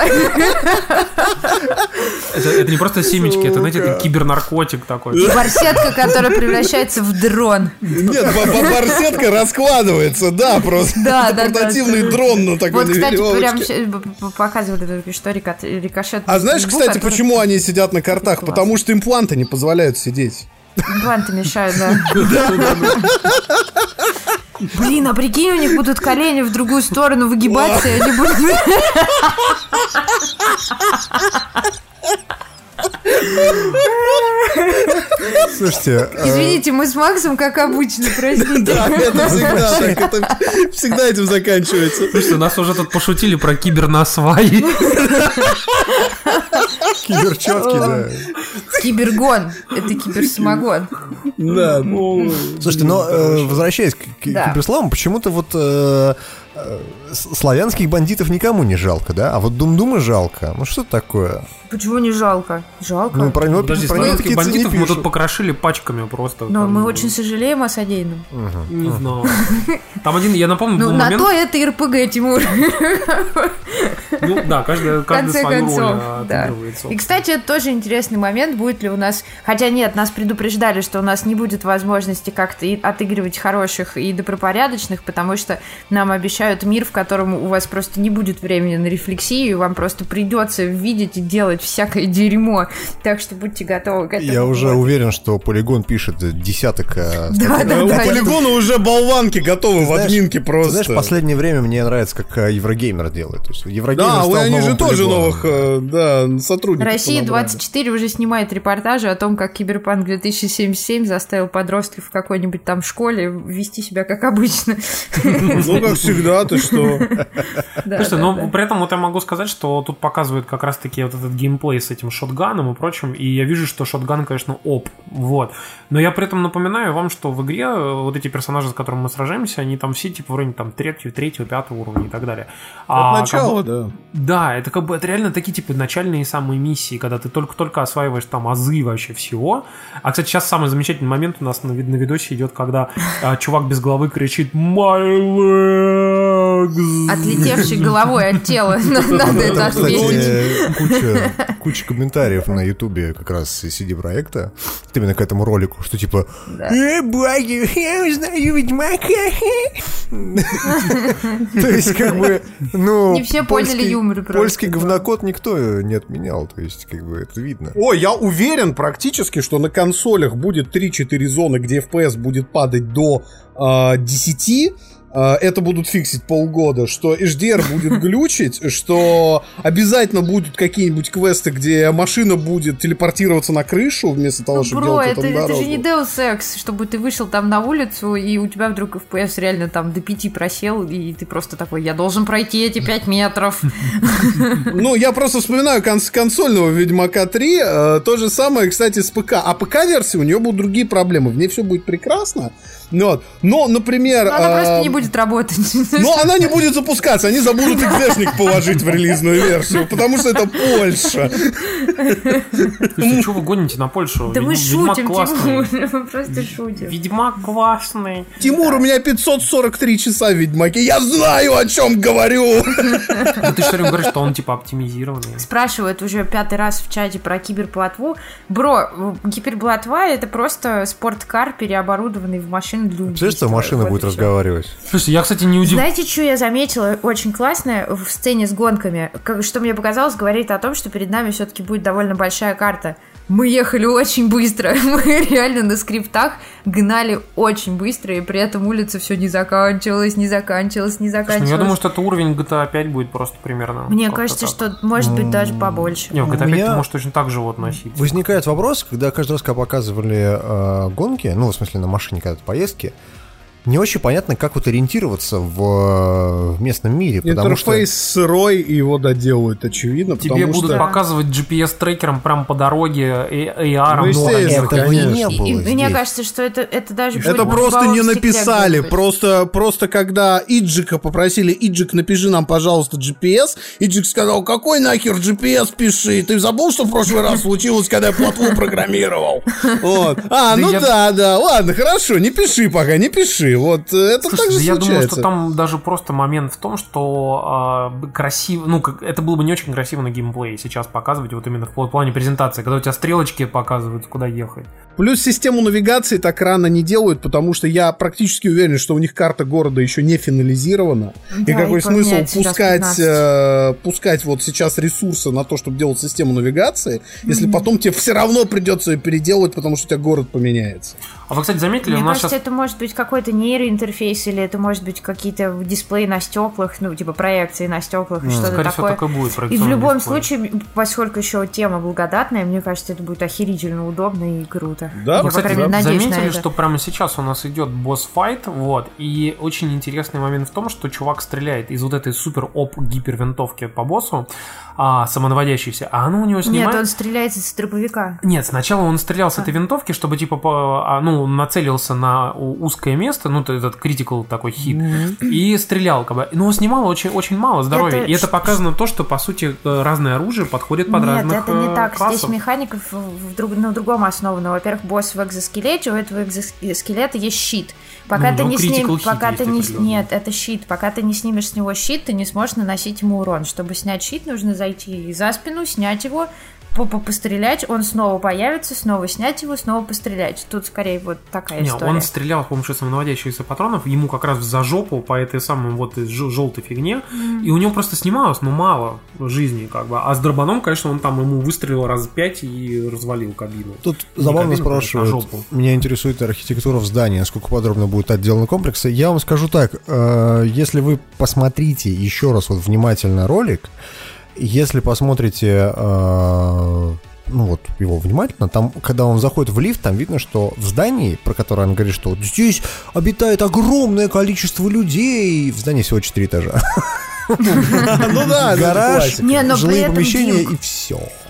Это не просто семечки, это, знаете, это кибернаркотик такой. И барсетка, которая превращается в дрон. Нет, барсетка раскладывается, да, просто. Да. Портативный дрон на такой веревочке. Вот, кстати, прям показывали, что рикошет. А знаешь, кстати, почему они сидят на картах? Потому что импланты не позволяют сидеть. Импланты мешают, да. Блин, а прикинь, у них будут колени в другую сторону выгибаться, и они будут... Слушайте... Извините, мы с Максом, как обычно, простите. Да, это всегда так, это всегда этим заканчивается. Слушайте, у нас уже тут пошутили про кибернасваи. Киберчетки, да. Кибергон. Это киберсамогон. Да. Слушайте, но возвращаясь к киберславам, почему-то вот славянских бандитов никому не жалко, да? А вот Дум-дума жалко. Ну что такое? Почему не жалко? Жалко. Ну, про него славянских бандитов мы тут покрошили пачками просто. Но мы очень сожалеем о содеянном. Не знаю. Там один, я напомню, был момент... на то это РПГ, Тимур. Ну да, каждый свою роль отыгрывает. И, кстати, это тоже интересный момент, будет ли у нас... Хотя нет, нас предупреждали, что у нас не будет возможности как-то отыгрывать хороших и добропорядочных, потому что нам обещают мир, в котором у вас просто не будет времени на рефлексию, вам просто придется видеть и делать всякое дерьмо. Так что будьте готовы к этому. Я уже уверен, что Полигон пишет десяток... У Полигона уже болванки готовы в админке просто. Знаешь, в последнее время мне нравится, как Еврогеймер делает. То есть Еврогеймер стал новым они же тоже Полигоном. новых сотрудников. Россия-24 уже снимает репортажи о том, как Киберпанк 2077 заставил подростков в какой-нибудь там школе вести себя как обычно. Ну, как всегда, ты что? Слушайте, но при этом вот я могу сказать, что тут показывают как раз-таки вот этот геймплей с этим шотганом и прочим, и я вижу, что шотган, конечно, вот. Но я при этом напоминаю вам, что в игре вот эти персонажи, с которыми мы сражаемся, они там все типа в районе там 3-го, 5-го уровня и так далее. От начала, да. Да, это как бы это реально такие типа начальные самые миссии, когда ты только-только осваиваешь там азы вообще всего. А, кстати, сейчас самый замечательный момент у нас на видосе идет, когда чувак без головы кричит «My legs!» Отлетевший головой от тела. Надо это отметить. Куча комментариев на Ютубе как раз CD-проекта именно к этому ролику, что типа «Баги, я узнаю Ведьмака». То есть как бы, ну... Не все поняли юмор. Польский говнокод никто не отменял, то есть как бы это видно. О, я уверен практически, что на консолях будет 3-4 зоны, где FPS будет падать до 10. Это будут фиксить полгода, что HDR будет глючить, что обязательно будут какие-нибудь квесты, где машина будет телепортироваться на крышу вместо того, чтобы делать это на дорогу. Это же не Deus Ex, чтобы ты вышел там на улицу, и у тебя вдруг FPS реально там до 5 просел, и ты просто такой, я должен пройти эти 5 метров. Ну, я просто вспоминаю консольного Ведьмака 3, то же самое, кстати, с ПК. А ПК-версии у нее будут другие проблемы, в ней все будет прекрасно. Но, например... Но она просто не будет работать. Но она не будет запускаться. Они забудут экзешник положить в релизную версию, потому что это Польша. Слушайте, что вы гоните на Польшу? Да мы шутим, Тимур. Мы просто шутим. Ведьмак классный. Тимур, у меня 543 часа в Ведьмаке. Я знаю, о чем говорю. Ну ты что ли говоришь, что он типа оптимизированный? Спрашивают уже 5-й раз в чате про киберплатву. Бро, киберплатва — это просто спорткар, переоборудованный в машину. Представляешь, что машина будет разговаривать? Слушай, я, кстати, не удивлен. Знаете, что я заметила очень классное в сцене с гонками? Что мне показалось, говорит о том, что перед нами все-таки будет довольно большая карта. Мы ехали очень быстро. Мы реально на скриптах гнали очень быстро, и при этом улица все не заканчивалась. Слушай, я думаю, что это уровень GTA 5 будет просто примерно. Мне кажется, что может быть даже побольше. Не, в GTA 5 ты можешь точно так же вот носить. Возникает вопрос, когда каждый раз, когда показывали гонки, ну, в смысле, на машине когда-то поездки, не очень понятно, как вот ориентироваться в местном мире. Интерфейс сырой, и его доделают, очевидно. Тебе будут показывать GPS-трекером прямо по дороге, AR. Ну, естественно, не было и здесь. мне кажется, что это даже... Это просто не написали. Просто когда Иджика попросили, Иджик, напиши нам, пожалуйста, GPS, Иджик сказал, какой нахер GPS пиши? Ты забыл, что в прошлый раз случилось, когда я платву программировал? Ну да, ладно, хорошо, не пиши пока, не пиши. Вот это. Слушай, так же я случается. думаю, что там даже просто момент в том, что красиво, ну, это было бы не очень красиво на геймплее сейчас показывать, вот именно в плане презентации, когда у тебя стрелочки показывают, куда ехать. Плюс систему навигации так рано не делают, потому что я практически уверен, что у них карта города еще не финализирована. Да, и какой смысл пускать вот сейчас ресурсы на то, чтобы делать систему навигации, если потом тебе все равно придется ее переделывать, потому что у тебя город поменяется. А вы, кстати, заметили, мне у нас кажется, сейчас... это может быть какой-то нейроинтерфейс, или это может быть какие-то дисплеи на стеклах, ну, типа проекции на стеклах, и что-то скорее такое. Всего, так и будет, и в любом случае, поскольку еще тема благодатная, мне кажется, это будет охерительно удобно и круто. Да, вы, кстати, заметили, на что прямо сейчас у нас идет босс-файт, вот, и очень интересный момент в том, что чувак стреляет из вот этой супер-оп-гипервинтовки по боссу, самонаводящейся, а оно у него снимает... Нет, он стреляет из дробовика. Нет, сначала он стрелял с этой винтовки, чтобы, типа, нацелился на узкое место, ну, этот критикал такой хит, и стрелял, как бы. Но он снимал очень, очень мало здоровья. И это показано то, что, по сути, разное оружие подходит под разных Нет, это не так. классов. Здесь механика на другом основана. Во-первых, босс в экзоскелете, у этого экзоскелета есть щит. Пока ты не снимешь... Нет, это щит. Пока ты не снимешь с него щит, ты не сможешь наносить ему урон. Чтобы снять щит, нужно зайти за спину, снять его, пострелять, он снова появится, снова снять его, снова пострелять. Тут скорее вот такая история. Он стрелял с помощью самонаводящихся патронов, ему как раз за жопу по этой самой вот желтой фигне, и у него просто снималось, мало жизни, как бы. А с дробаном, конечно, он там ему выстрелил раз 5 и развалил кабину. Тут забавно спрашивают, меня интересует архитектура в здании, насколько подробно будет отделаны комплексы. Я вам скажу так, если вы посмотрите еще раз вот внимательно ролик, если посмотрите, ну вот его внимательно, там, когда он заходит в лифт, там видно, что в здании, про которое он говорит, что здесь обитает огромное количество людей, в здании всего 4 этажа. Ну да, гараж, жилые помещения и все.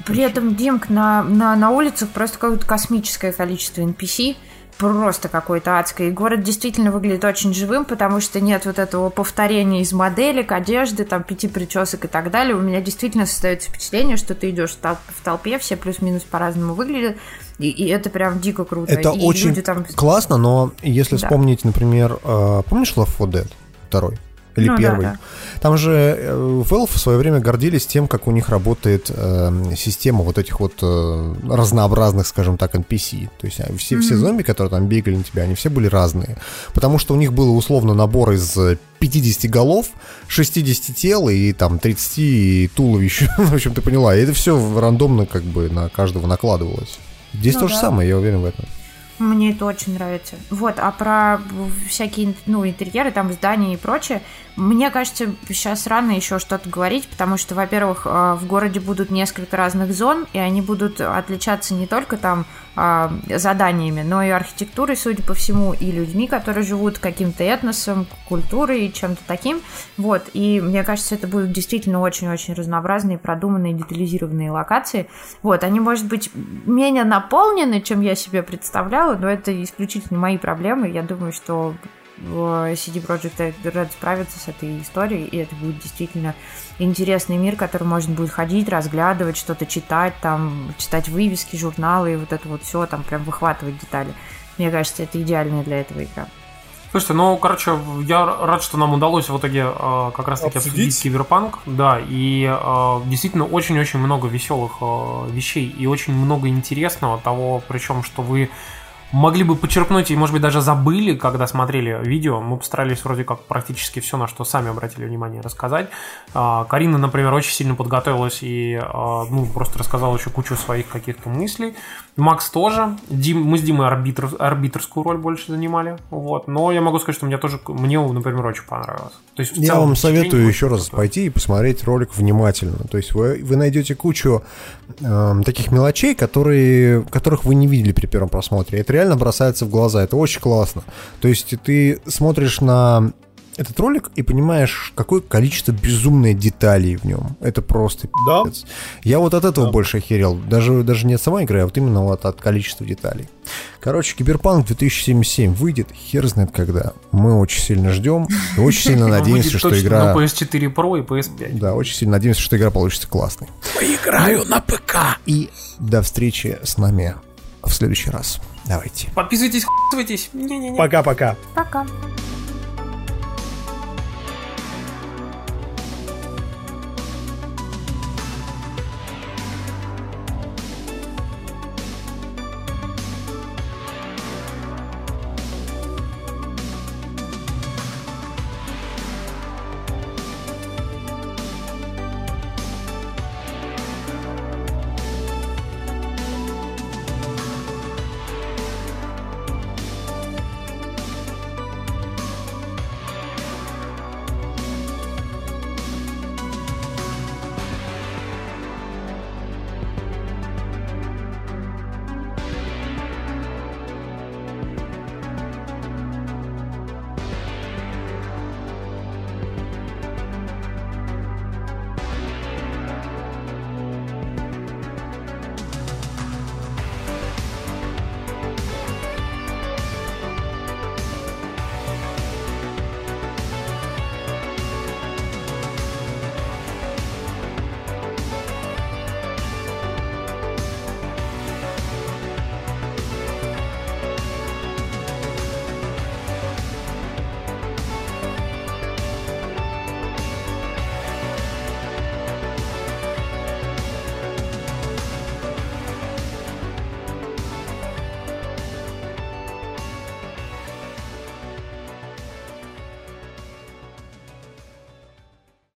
При этом, Димк, на улицах просто какое-то космическое количество NPC, просто какое-то адское. И город действительно выглядит очень живым, потому что нет вот этого повторения из моделек, одежды, там, 5 причесок и так далее. У меня действительно создается впечатление, что ты идешь в толпе, все плюс-минус по-разному выглядят, и это прям дико круто. Это и очень люди там... классно, но если вспомнить, например, помнишь Left 4 Dead 2? Или первый. Да. Там же Valve в свое время гордились тем, как у них работает система вот этих вот разнообразных, скажем так, NPC. То есть все зомби, которые там бегали на тебя, они все были разные. Потому что у них был условно набор из 50 голов, 60 тел и там 30 туловищ. В общем, ты поняла. И это все рандомно как бы на каждого накладывалось. Здесь то же самое, я уверен в этом. Мне это очень нравится. Вот, а про всякие, интерьеры, там, здания и прочее, мне кажется, сейчас рано еще что-то говорить, потому что, во-первых, в городе будут несколько разных зон, и они будут отличаться не только там заданиями, но и архитектурой, судя по всему, и людьми, которые живут, каким-то этносом, культурой и чем-то таким. Вот, и мне кажется, это будут действительно очень-очень разнообразные, продуманные, детализированные локации. Вот, они, может быть, менее наполнены, чем я себе представляла, но это исключительно мои проблемы. Я думаю, что CD Projekt Red справится с этой историей, и это будет действительно интересный мир, который можно будет ходить, разглядывать, что-то читать, там, читать вывески, журналы, и вот это вот все, там, прям выхватывать детали. Мне кажется, это идеальная для этого игра. Слушайте, я рад, что нам удалось в итоге как раз-таки обсудить Киберпанк, да, и действительно очень-очень много веселых вещей и очень много интересного того, причем, что вы могли бы почерпнуть и, может быть, даже забыли, когда смотрели видео. Мы постарались вроде как практически все, на что сами обратили внимание, рассказать. Карина, например, очень сильно подготовилась и просто рассказала еще кучу своих каких-то мыслей. Макс тоже. Мы с Димой арбитрскую роль больше занимали. Вот. Но я могу сказать, что мне, например, очень понравилось. То есть, я вам советую еще раз пойти и посмотреть ролик внимательно. То есть вы найдете кучу таких мелочей, которых вы не видели при первом просмотре. Это реально бросается в глаза. Это очень классно. То есть ты смотришь на этот ролик и понимаешь, какое количество безумных деталей в нем. Это просто пи***ц. Я вот от этого больше охерел. Даже не от самой игры, а вот именно вот от количества деталей. Короче, Киберпанк 2077 выйдет, хер знает когда. Мы очень сильно ждем и очень сильно надеемся, что игра... на PS4 Pro и PS5. Да, очень сильно надеемся, что игра получится классной. Поиграю на ПК. И до встречи с нами в следующий раз. Давайте. Подписывайтесь, х***йтесь. Пока-пока. Пока.